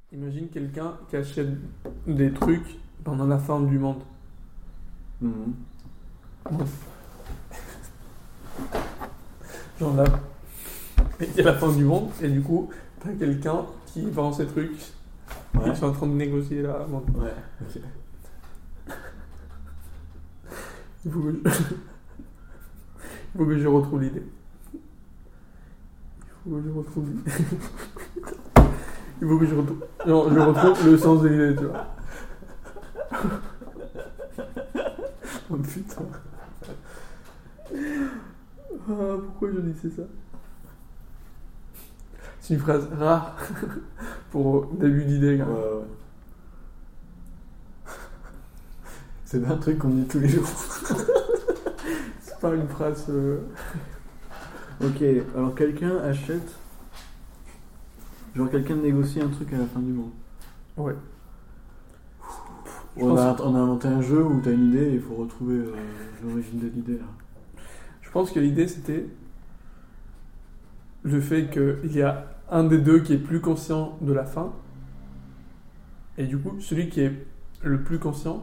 Imagine quelqu'un qui achète des trucs pendant la fin du monde. Mhm. Genre là, il y a la fin du monde et du coup, t'as quelqu'un qui vend ses trucs. Ouais. Ils sont en train de négocier là. Bon, Ouais, ok. il faut que je... il faut que je retrouve l'idée. Il faut que je retrouve l'idée. Il faut que je retrouve... Non, je retrouve le sens de l'idée, tu vois. Oh putain. Ah, pourquoi je disais ça? C'est une phrase rare pour début d'idée, Ouais, quand même. ouais. C'est pas un truc qu'on dit tous les jours. C'est pas une phrase... Ok, alors quelqu'un achète... Genre quelqu'un négocie un truc à la fin du monde. Ouais. Je On a pense- inventé un jeu où t'as une idée et il faut retrouver l'origine de l'idée là. Je pense que l'idée, c'était le fait qu'il y a un des deux qui est plus conscient de la fin. Et du coup, celui qui est le plus conscient,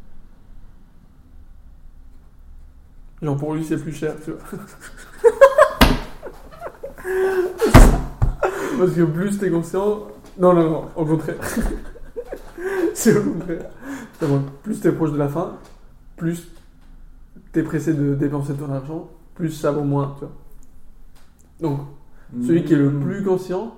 genre pour lui, c'est plus cher, tu vois. Parce que plus t'es conscient... Non, au contraire. C'est au contraire. C'est vrai, plus t'es proche de la fin, plus t'es pressé de dépenser ton argent, plus ça vaut moins, tu vois. Donc, celui qui est le plus conscient,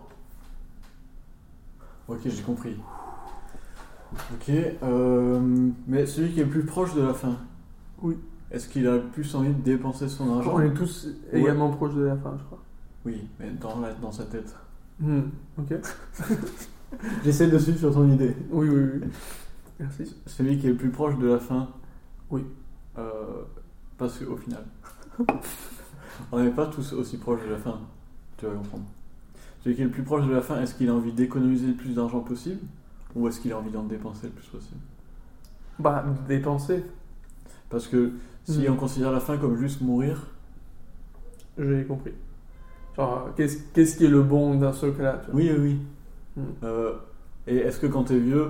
Ok, j'ai compris. Ok, mais celui qui est le plus proche de la fin. Oui. Est-ce qu'il a le plus envie de dépenser son argent? on est tous également proches de la fin, je crois. Oui, mais dans sa tête. Ok. J'essaie de suivre sur ton idée. Oui. Merci. Celui qui est le plus proche de la fin. Oui. Parce qu'au final, on n'est pas tous aussi proches de la fin. Tu vas comprendre. Celui qui est le plus proche de la fin, est-ce qu'il a envie d'économiser le plus d'argent possible? Ou est-ce qu'il a envie d'en dépenser le plus possible? Bah, dépenser, Parce que si on considère la fin comme juste mourir, j'ai compris. Genre, qu'est-ce qui est le bon dans ce cas-là, tu vois. oui. Hmm. Et est-ce que quand t'es vieux,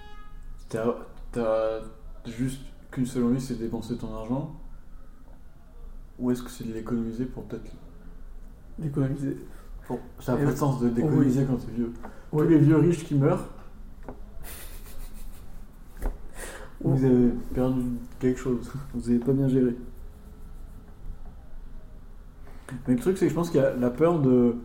t'as juste qu'une seule envie, c'est de dépenser ton argent? Ou est-ce que c'est de l'économiser pour peut-être... D'économiser. Ça n'a pas de sens de d'économiser Oui. quand t'es vieux. Oui. Tous les vieux riches qui meurent, vous avez perdu quelque chose. Vous avez pas bien géré. Mais le truc, c'est que je pense qu'il y a la peur de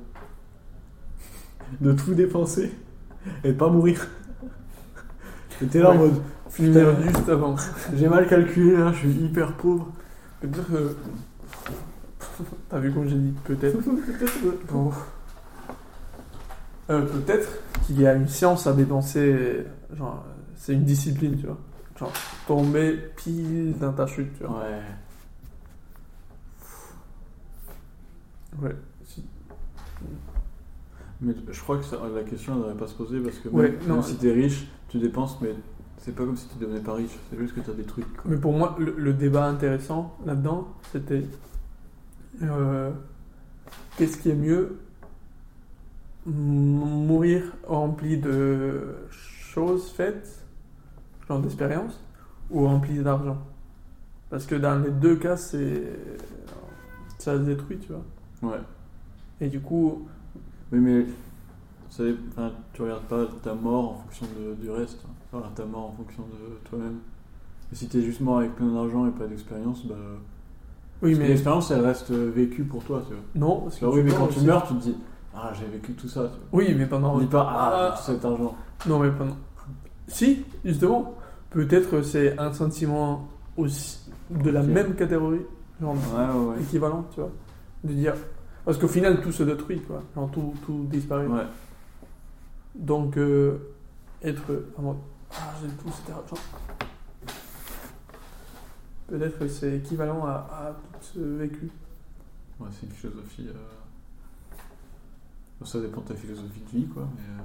tout dépenser et de pas mourir. Et t'es là en Ouais. mode, Finir juste avant. j'ai mal calculé là, je suis hyper pauvre. Peut-être que... T'as vu comme j'ai dit peut-être. Bon. Peut-être qu'il y a une science à dépenser, genre, c'est une discipline, tu vois. Genre, tomber pile dans ta chute, tu vois. Ouais. Ouais. Mais je crois que la question ne devrait pas se poser parce que Ouais, même non. si t'es riche, tu dépenses, mais c'est pas comme si tu devenais pas riche. C'est juste que t'as des trucs. Quoi. Mais pour moi, le débat intéressant là-dedans, c'était qu'est-ce qui est mieux, mourir rempli de choses faites, genre d'expérience, ou rempli d'argent? Parce que dans les deux cas, ça se détruit, tu vois. Ouais. Et du coup, Oui, mais tu regardes pas ta mort en fonction du reste. Tu regardes ta mort en fonction de toi-même. Et si t'es juste mort avec plein d'argent et pas d'expérience, bah. oui, Parce que mais l'expérience, elle reste vécue pour toi, tu vois. non, parce que Bah oui, mais meurs quand tu aussi. meurs, tu te dis, ah, j'ai vécu tout ça, tu vois. Oui, mais pendant. On dit pas, tout cet argent. Non, mais pendant. Si, justement, peut-être c'est un sentiment aussi de la Ok. même catégorie, genre Ouais. équivalent, tu vois, de dire. Parce qu'au final, tout se détruit, quoi. Genre, tout disparaît. Ouais. Donc, être en mode, ah, j'ai tout cet argent. Peut-être que c'est équivalent à tout ce vécu. Ouais, c'est une philosophie. Ça dépend de ta philosophie de vie, quoi.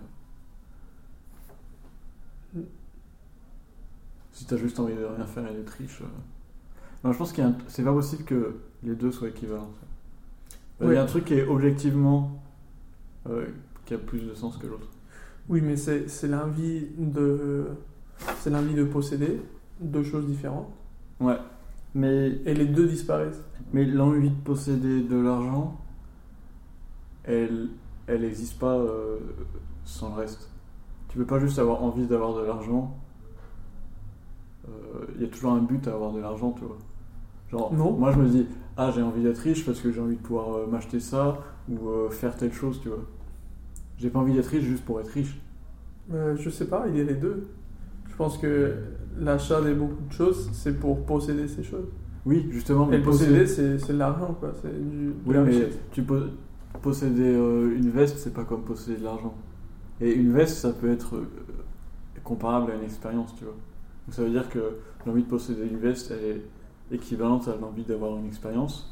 Mais, si t'as juste envie de rien faire et d'être riche. Non, je pense c'est pas possible que les deux soient équivalents. Il y Ouais. a un truc qui est objectivement qui a plus de sens que l'autre. Oui, mais c'est l'envie de posséder deux choses différentes. Ouais. Mais Et les deux disparaissent. l'envie de posséder de l'argent, elle n'existe pas sans le reste. Tu peux pas juste avoir envie d'avoir de l'argent. Il y a toujours un but à avoir de l'argent, tu vois. Genre, Non. moi je me dis, ah j'ai envie d'être riche parce que j'ai envie de pouvoir m'acheter ça ou faire telle chose, tu vois. J'ai pas envie d'être riche juste pour être riche. Je sais pas, il y a les deux. Je pense que l'achat de beaucoup de choses, c'est pour posséder ces choses. Oui, justement, Et mais posséder, c'est de l'argent, quoi. C'est de Oui, la mais richesse. posséder une veste, c'est pas comme posséder de l'argent. Et une veste, ça peut être comparable à une expérience, tu vois. Donc ça veut dire que l'envie de posséder une veste, elle est équivalente à l'envie d'avoir une expérience.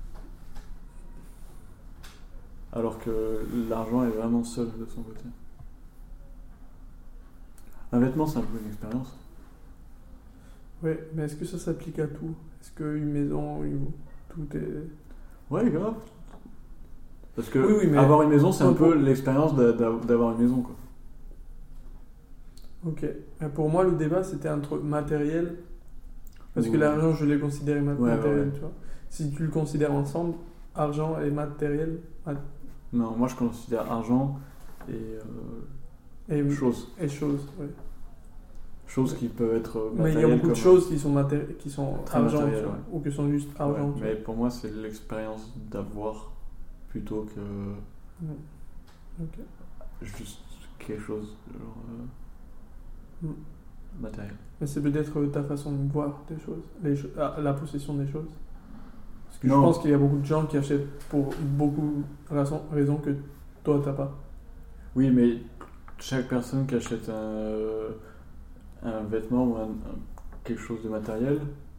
Alors que l'argent est vraiment seul de son côté. Un vêtement, c'est un peu une expérience. Ouais, mais est-ce que ça s'applique à tout? Est-ce qu'une maison, tout est... Ouais, grave. Parce que Oui, mais... avoir une maison, c'est un Ouais, peu l'expérience d'avoir une maison, quoi. Ok. Pour moi, le débat, c'était entre matériel, parce que Ouais. l'argent, je l'ai considéré matériel, Ouais. tu vois. Si tu le considères ensemble, argent et matériel, Non, moi je considère argent et et choses. choses, ouais. Choses qui peuvent être Mais il y a matérielles beaucoup de comme- choses qui sont Très argent, matérielles, tu vois, ouais. ou qui sont juste argent, Ouais, tu mais pour moi, c'est l'expérience d'avoir plutôt que vois. Ok. juste quelque chose genre, Mm. matériel. Mais c'est peut-être ta façon de voir des choses, la possession des choses. Parce que Non. je pense qu'il y a beaucoup de gens qui achètent pour beaucoup de raisons que toi, t'as pas. Oui, mais chaque personne qui achète un vêtement ou quelque chose de matériel,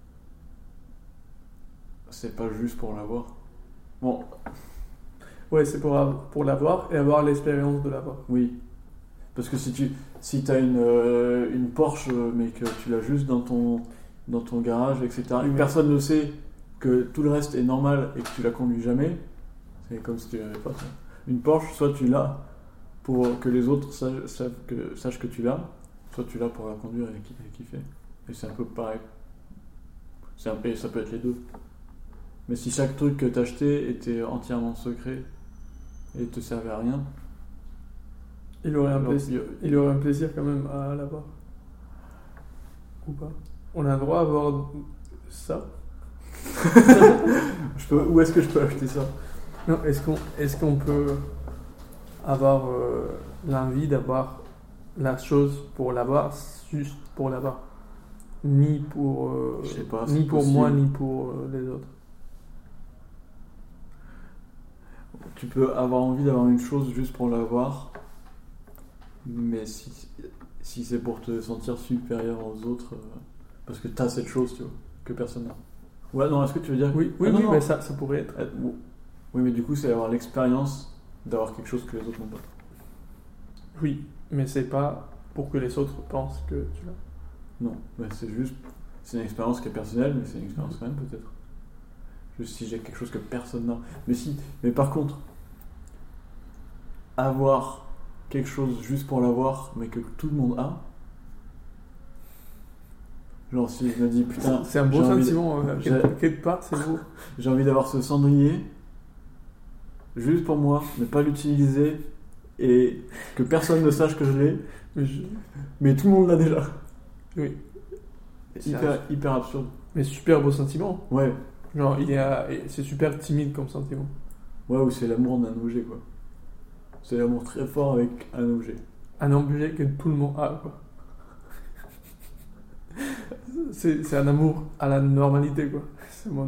c'est pas juste pour l'avoir. Bon, Ouais, c'est pour l'avoir et avoir l'expérience de l'avoir. oui. Parce que si t'as une Porsche, mais que tu l'as juste dans ton garage, etc., et que Oui. personne ne sait que tout le reste est normal et que tu la conduis jamais, c'est comme si tu l'avais pas. Ça. Une Porsche, soit tu l'as pour que les autres sachent que tu l'as, soit tu l'as pour la conduire et kiffer. Et c'est un peu pareil. Et ça peut être les deux. Mais si chaque truc que t'achetais était entièrement secret et te servait à rien, Il aurait un alors, plaisir. Il aurait un plaisir quand même à l'avoir. Ou pas. On a le droit d'avoir ça. où est-ce que je peux acheter ça? Non, est-ce qu'on peut avoir l'envie d'avoir la chose pour l'avoir, juste pour l'avoir, ni pour Je sais pas, ni c'est pour possible. moi ni pour les autres. Tu peux avoir envie d'avoir une chose juste pour l'avoir, mais si c'est pour te sentir supérieur aux autres, parce que t'as cette chose, tu vois, que personne n'a. Ouais, non, est-ce que tu veux dire... Oui, Ah, non, non. mais ça pourrait être. Bon. Oui, mais du coup, c'est avoir l'expérience d'avoir quelque chose que les autres n'ont pas. Oui, mais c'est pas pour que les autres pensent que tu l'as. Non, mais c'est une expérience qui est personnelle, mais c'est une expérience quand même, peut-être. Juste si j'ai quelque chose que personne n'a. Mais par contre, avoir quelque chose juste pour l'avoir, mais que tout le monde a. Genre si je me dis putain, C'est un beau j'ai envie de- sentiment. Quelque part, c'est beau. j'ai envie d'avoir ce cendrier juste pour moi, ne pas l'utiliser et que personne ne sache que je l'ai, mais tout le monde l'a déjà. Oui. C'est hyper absurde. Mais super beau sentiment. Ouais, Genre, c'est super timide comme sentiment. ouais, ou c'est l'amour d'un objet quoi. C'est l'amour très fort avec un objet. Un objet que tout le monde a, quoi. C'est un amour à la normalité, quoi. C'est mon...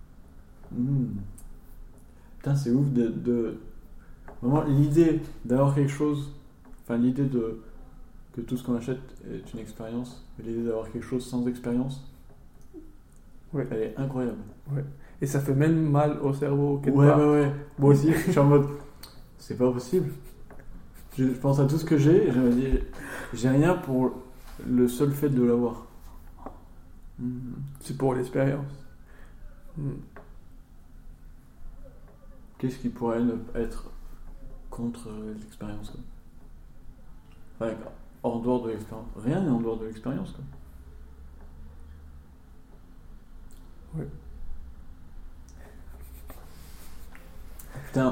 Putain, c'est ouf Vraiment, l'idée d'avoir quelque chose, enfin l'idée que tout ce qu'on achète est une expérience, et l'idée d'avoir quelque chose sans expérience, Ouais. elle est incroyable. Et ça fait même mal au cerveau, quelque part. Ouais. Moi aussi, je suis en mode, c'est pas possible. Je pense à tout ce que j'ai et je me dis, j'ai rien pour le seul fait de l'avoir. C'est pour l'expérience. Qu'est-ce qui pourrait être contre l'expérience quoi? Ouais, hors dehors de l'expérience. Rien n'est en dehors de l'expérience, quoi. Ouais. Putain,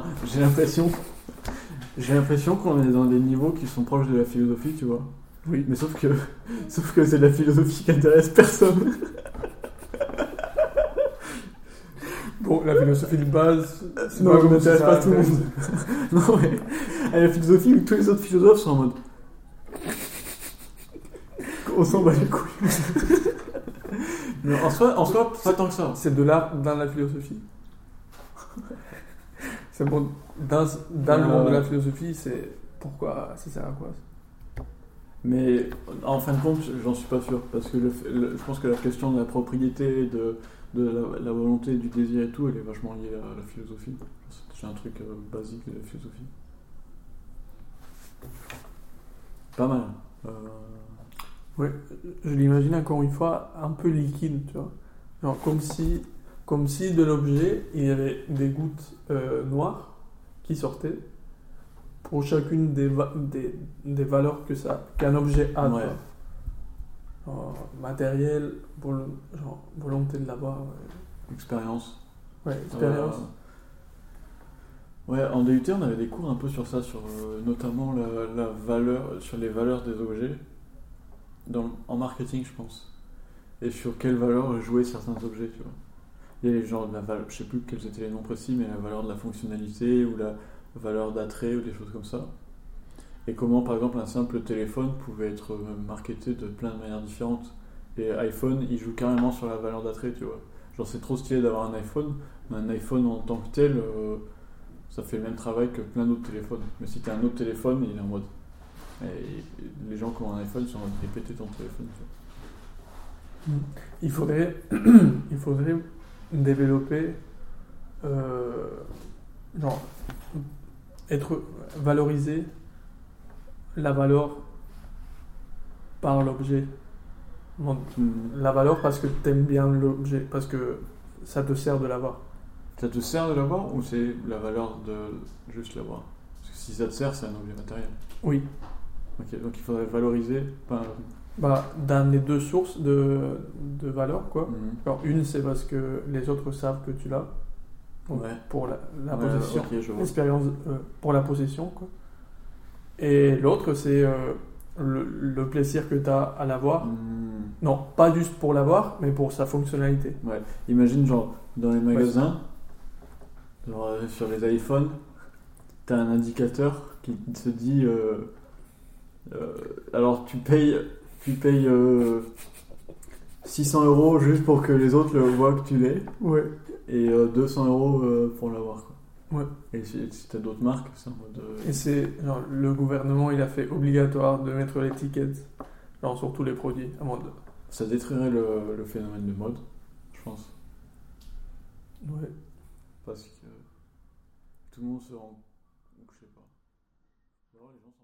j'ai l'impression qu'on est dans des niveaux qui sont proches de la philosophie, tu vois. Oui. Mais sauf que c'est de la philosophie qui intéresse personne. Bon, la philosophie de base, c'est Non, pas ça comme n'intéresse ça pas tout le intéresse. monde. Non, mais la philosophie où tous les autres philosophes sont en mode. On s'en bat les couilles. Mais en soi, pas tant que ça. C'est de l'art dans la philosophie. C'est bon, dans le monde de la philosophie, c'est pourquoi ça sert à quoi? Mais en fin de compte, j'en suis pas sûr. Parce que je pense que la question de la propriété, de la volonté, du désir et tout, elle est vachement liée à la philosophie. C'est déjà un truc basique de la philosophie. Pas mal. Ouais, je l'imagine encore une fois un peu liquide, tu vois. Genre comme si de l'objet, il y avait des gouttes noires qui sortaient pour chacune des valeurs qu'un objet a. Ouais. Tu vois. Genre, matériel, genre, volonté de l'avoir. Expérience. Ouais, expérience. Ouais, en DUT, on avait des cours un peu sur ça, sur notamment la valeur, sur les valeurs des objets, en marketing, je pense. Et sur quelle valeur jouer certains objets, tu vois. Il y a les genres de la valeur, je sais plus quels étaient les noms précis, mais la valeur de la fonctionnalité ou la valeur d'attrait ou des choses comme ça. Et comment, par exemple, un simple téléphone pouvait être marketé de plein de manières différentes. Et iPhone, il joue carrément sur la valeur d'attrait, tu vois. Genre, c'est trop stylé d'avoir un iPhone, mais un iPhone en tant que tel, ça fait le même travail que plein d'autres téléphones. Mais si t'as un autre téléphone, il est en mode. Et les gens qui ont un iPhone sont en mode répéter ton téléphone, tu vois. Il faudrait développer, genre, valoriser la valeur par l'objet. Bon, la valeur parce que t'aimes bien l'objet, parce que ça te sert de l'avoir. Ça te sert de l'avoir ou c'est la valeur de juste l'avoir? Parce que si ça te sert, c'est un objet matériel. Oui. Ok, donc il faudrait valoriser. Dans les deux sources de valeur, quoi. Mhm. Alors, une, c'est parce que les autres savent que tu l'as. Donc, Ouais. pour la Ouais, possession. ok, je vois. L'expérience pour la possession, quoi. Et l'autre, c'est le plaisir que tu as à l'avoir. Non, pas juste pour l'avoir, mais pour sa fonctionnalité. Ouais. Imagine, genre, dans les magasins, genre, sur les iPhones, t'as un indicateur qui te dit alors tu payes 600 € juste pour que les autres le voient que tu l'es, Ouais. et 200 € pour l'avoir, quoi. Ouais. Et si t'as d'autres marques, c'est en mode. Et c'est genre, le gouvernement, il a fait obligatoire de mettre l'étiquette genre, sur tous les produits. À mode. Ça détruirait le phénomène de mode, je pense. Ouais. Parce que tout le monde se rend. Donc, je sais pas. Alors, les gens